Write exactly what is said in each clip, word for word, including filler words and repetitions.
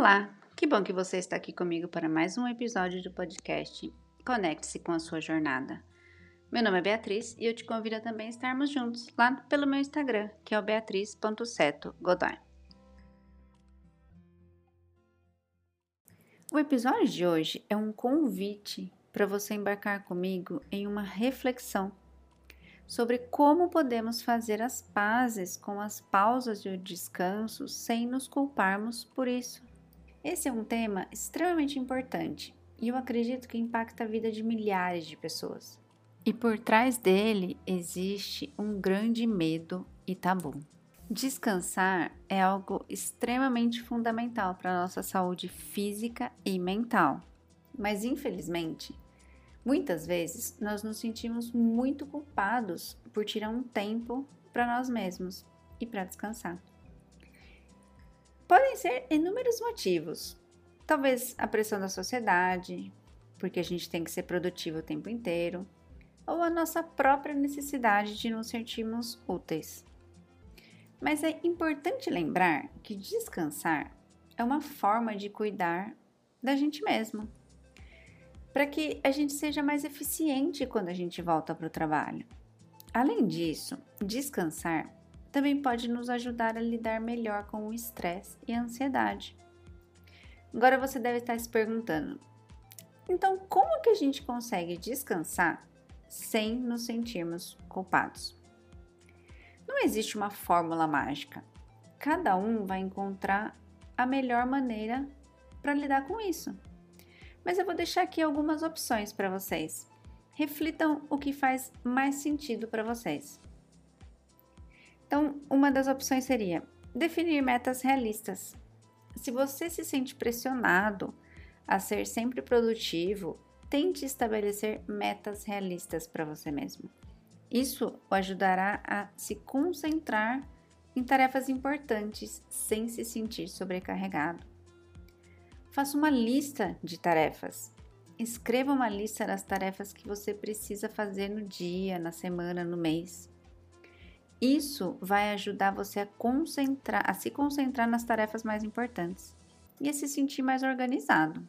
Olá, que bom que você está aqui comigo para mais um episódio do podcast Conecte-se com a sua jornada. Meu nome é Beatriz e eu te convido a também estarmos juntos lá pelo meu Instagram, que é o beatriz ponto seto godoy. O episódio de hoje é um convite para você embarcar comigo em uma reflexão sobre como podemos fazer as pazes com as pausas e o descanso sem nos culparmos por isso. Esse é um tema extremamente importante e eu acredito que impacta a vida de milhares de pessoas. E por trás dele existe um grande medo e tabu. Descansar é algo extremamente fundamental para a nossa saúde física e mental. Mas infelizmente, muitas vezes nós nos sentimos muito culpados por tirar um tempo para nós mesmos e para descansar. Podem ser inúmeros motivos. Talvez a pressão da sociedade, porque a gente tem que ser produtivo o tempo inteiro, ou a nossa própria necessidade de nos sentirmos úteis. Mas é importante lembrar que descansar é uma forma de cuidar da gente mesmo, para que a gente seja mais eficiente quando a gente volta para o trabalho. Além disso, descansar também pode nos ajudar a lidar melhor com o estresse e a ansiedade. Agora você deve estar se perguntando, então como que a gente consegue descansar sem nos sentirmos culpados? Não existe uma fórmula mágica. Cada um vai encontrar a melhor maneira para lidar com isso. Mas eu vou deixar aqui algumas opções para vocês. Reflitam o que faz mais sentido para vocês. Então, uma das opções seria definir metas realistas. Se você se sente pressionado a ser sempre produtivo, tente estabelecer metas realistas para você mesmo. Isso o ajudará a se concentrar em tarefas importantes sem se sentir sobrecarregado. Faça uma lista de tarefas. Escreva uma lista das tarefas que você precisa fazer no dia, na semana, no mês. Isso vai ajudar você a, concentrar, a se concentrar nas tarefas mais importantes e a se sentir mais organizado.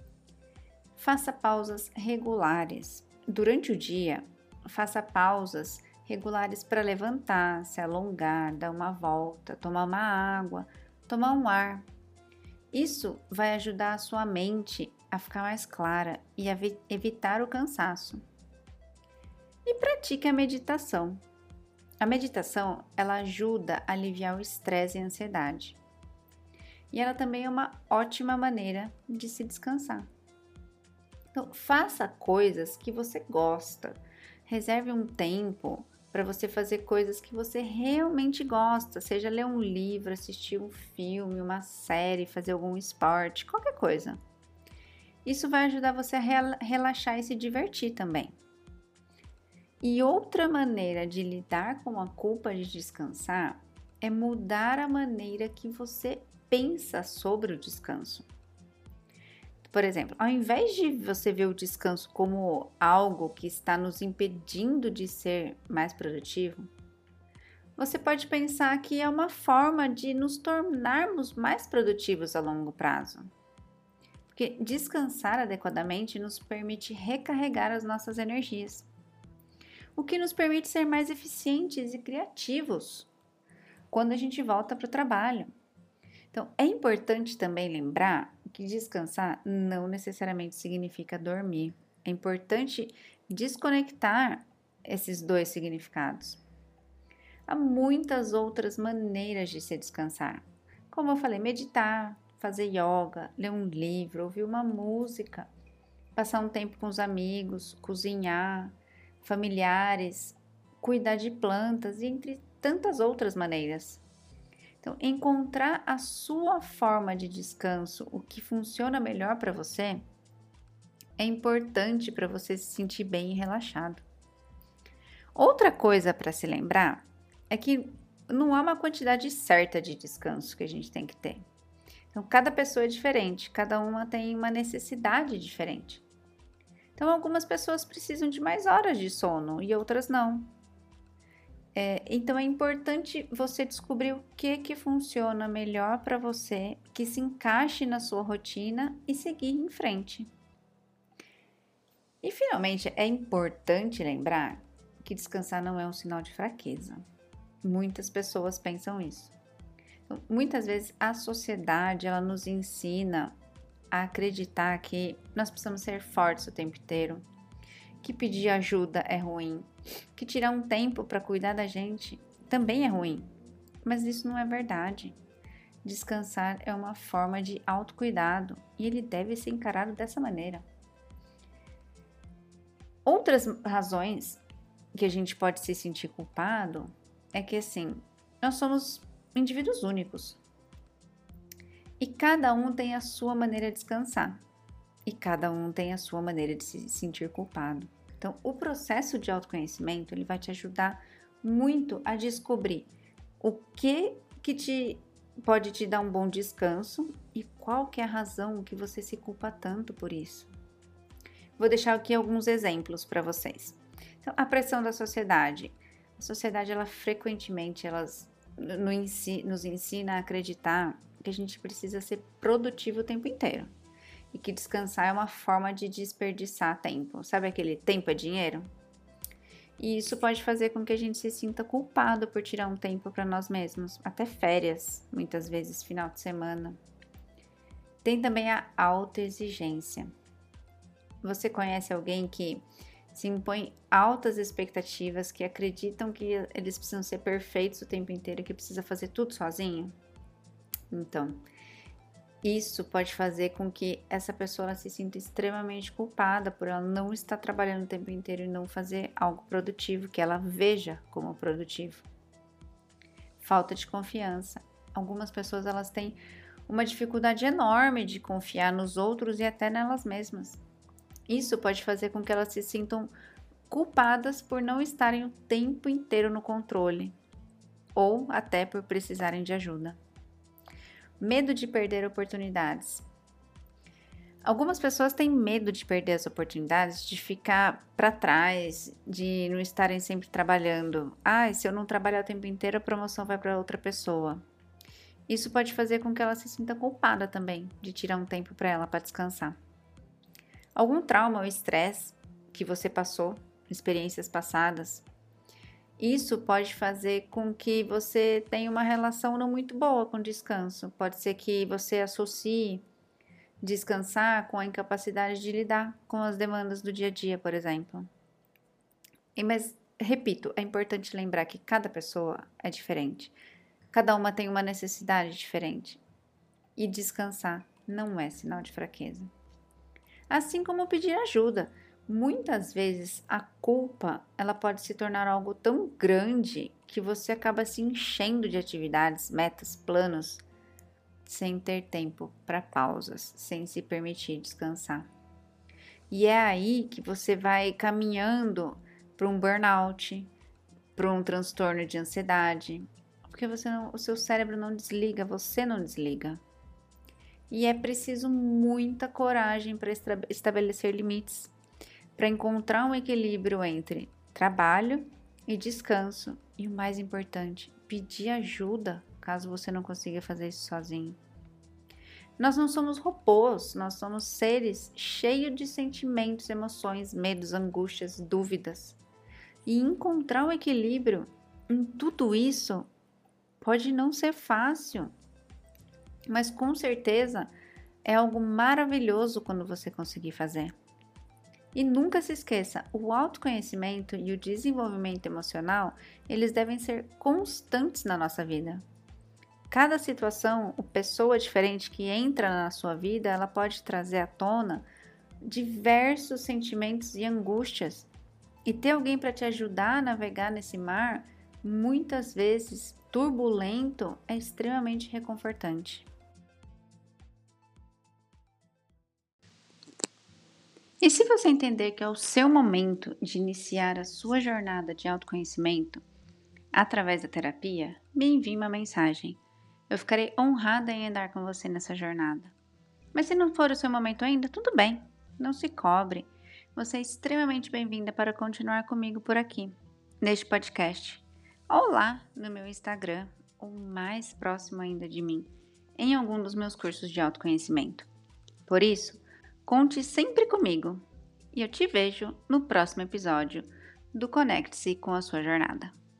Faça pausas regulares. Durante o dia, faça pausas regulares para levantar, se alongar, dar uma volta, tomar uma água, tomar um ar. Isso vai ajudar a sua mente a ficar mais clara e a evitar o cansaço. E pratique a meditação. A meditação, ela ajuda a aliviar o estresse e a ansiedade. E ela também é uma ótima maneira de se descansar. Então, faça coisas que você gosta. Reserve um tempo para você fazer coisas que você realmente gosta, seja ler um livro, assistir um filme, uma série, fazer algum esporte, qualquer coisa. Isso vai ajudar você a relaxar e se divertir também. E outra maneira de lidar com a culpa de descansar é mudar a maneira que você pensa sobre o descanso. Por exemplo, ao invés de você ver o descanso como algo que está nos impedindo de ser mais produtivo, você pode pensar que é uma forma de nos tornarmos mais produtivos a longo prazo. Porque descansar adequadamente nos permite recarregar as nossas energias, o que nos permite ser mais eficientes e criativos quando a gente volta para o trabalho. Então, é importante também lembrar que descansar não necessariamente significa dormir. É importante desconectar esses dois significados. Há muitas outras maneiras de se descansar. Como eu falei, meditar, fazer yoga, ler um livro, ouvir uma música, passar um tempo com os amigos, cozinhar, familiares, cuidar de plantas e entre tantas outras maneiras. Então, encontrar a sua forma de descanso, o que funciona melhor para você, é importante para você se sentir bem e relaxado. Outra coisa para se lembrar é que não há uma quantidade certa de descanso que a gente tem que ter. Então, cada pessoa é diferente, cada uma tem uma necessidade diferente. Então, algumas pessoas precisam de mais horas de sono e outras não. É, então é importante você descobrir o que que funciona melhor para você, que se encaixe na sua rotina e seguir em frente. E finalmente é importante lembrar que descansar não é um sinal de fraqueza. Muitas pessoas pensam isso. Então, muitas vezes a sociedade ela nos ensina a acreditar que nós precisamos ser fortes o tempo inteiro, que pedir ajuda é ruim, que tirar um tempo para cuidar da gente também é ruim. Mas isso não é verdade. Descansar é uma forma de autocuidado e ele deve ser encarado dessa maneira. Outras razões que a gente pode se sentir culpado é que, assim, nós somos indivíduos únicos e cada um tem a sua maneira de descansar. E cada um tem a sua maneira de se sentir culpado. Então, o processo de autoconhecimento, ele vai te ajudar muito a descobrir o que que te pode te dar um bom descanso e qual que é a razão que você se culpa tanto por isso. Vou deixar aqui alguns exemplos para vocês. Então, a pressão da sociedade. A sociedade, ela frequentemente, elas nos ensina a acreditar que a gente precisa ser produtivo o tempo inteiro. E que descansar é uma forma de desperdiçar tempo. Sabe aquele tempo é dinheiro? E isso pode fazer com que a gente se sinta culpado por tirar um tempo para nós mesmos. Até férias, muitas vezes final de semana. Tem também a autoexigência. Você conhece alguém que se impõe altas expectativas, que acreditam que eles precisam ser perfeitos o tempo inteiro, que precisa fazer tudo sozinho? Então, isso pode fazer com que essa pessoa se sinta extremamente culpada por ela não estar trabalhando o tempo inteiro e não fazer algo produtivo, que ela veja como produtivo. Falta de confiança. Algumas pessoas elas têm uma dificuldade enorme de confiar nos outros e até nelas mesmas. Isso pode fazer com que elas se sintam culpadas por não estarem o tempo inteiro no controle ou até por precisarem de ajuda. Medo de perder oportunidades. Algumas pessoas têm medo de perder as oportunidades, de ficar para trás, de não estarem sempre trabalhando. Ah, se eu não trabalhar o tempo inteiro, a promoção vai para outra pessoa. Isso pode fazer com que ela se sinta culpada também, de tirar um tempo para ela para descansar. Algum trauma ou estresse que você passou, experiências passadas, isso pode fazer com que você tenha uma relação não muito boa com o descanso. Pode ser que você associe descansar com a incapacidade de lidar com as demandas do dia a dia, por exemplo. E, mas, repito, é importante lembrar que cada pessoa é diferente. Cada uma tem uma necessidade diferente. E descansar não é sinal de fraqueza. Assim como pedir ajuda. Muitas vezes a culpa ela pode se tornar algo tão grande que você acaba se enchendo de atividades, metas, planos, sem ter tempo para pausas, sem se permitir descansar. E é aí que você vai caminhando para um burnout, para um transtorno de ansiedade, porque você não, o seu cérebro não desliga, você não desliga. E é preciso muita coragem para estabelecer limites, para encontrar um equilíbrio entre trabalho e descanso. E o mais importante, pedir ajuda caso você não consiga fazer isso sozinho. Nós não somos robôs, nós somos seres cheios de sentimentos, emoções, medos, angústias, dúvidas. E encontrar o equilíbrio em tudo isso pode não ser fácil, mas com certeza é algo maravilhoso quando você conseguir fazer. E nunca se esqueça, o autoconhecimento e o desenvolvimento emocional, eles devem ser constantes na nossa vida. Cada situação, ou pessoa diferente que entra na sua vida, ela pode trazer à tona diversos sentimentos e angústias. E ter alguém para te ajudar a navegar nesse mar, muitas vezes turbulento, é extremamente reconfortante. E se você entender que é o seu momento de iniciar a sua jornada de autoconhecimento através da terapia, me envie uma mensagem. Eu ficarei honrada em andar com você nessa jornada. Mas se não for o seu momento ainda, tudo bem, não se cobre. Você é extremamente bem-vinda para continuar comigo por aqui, neste podcast, ou lá no meu Instagram, ou mais próximo ainda de mim, em algum dos meus cursos de autoconhecimento. Por isso, conte sempre comigo e eu te vejo no próximo episódio do Conecte-se com a sua jornada.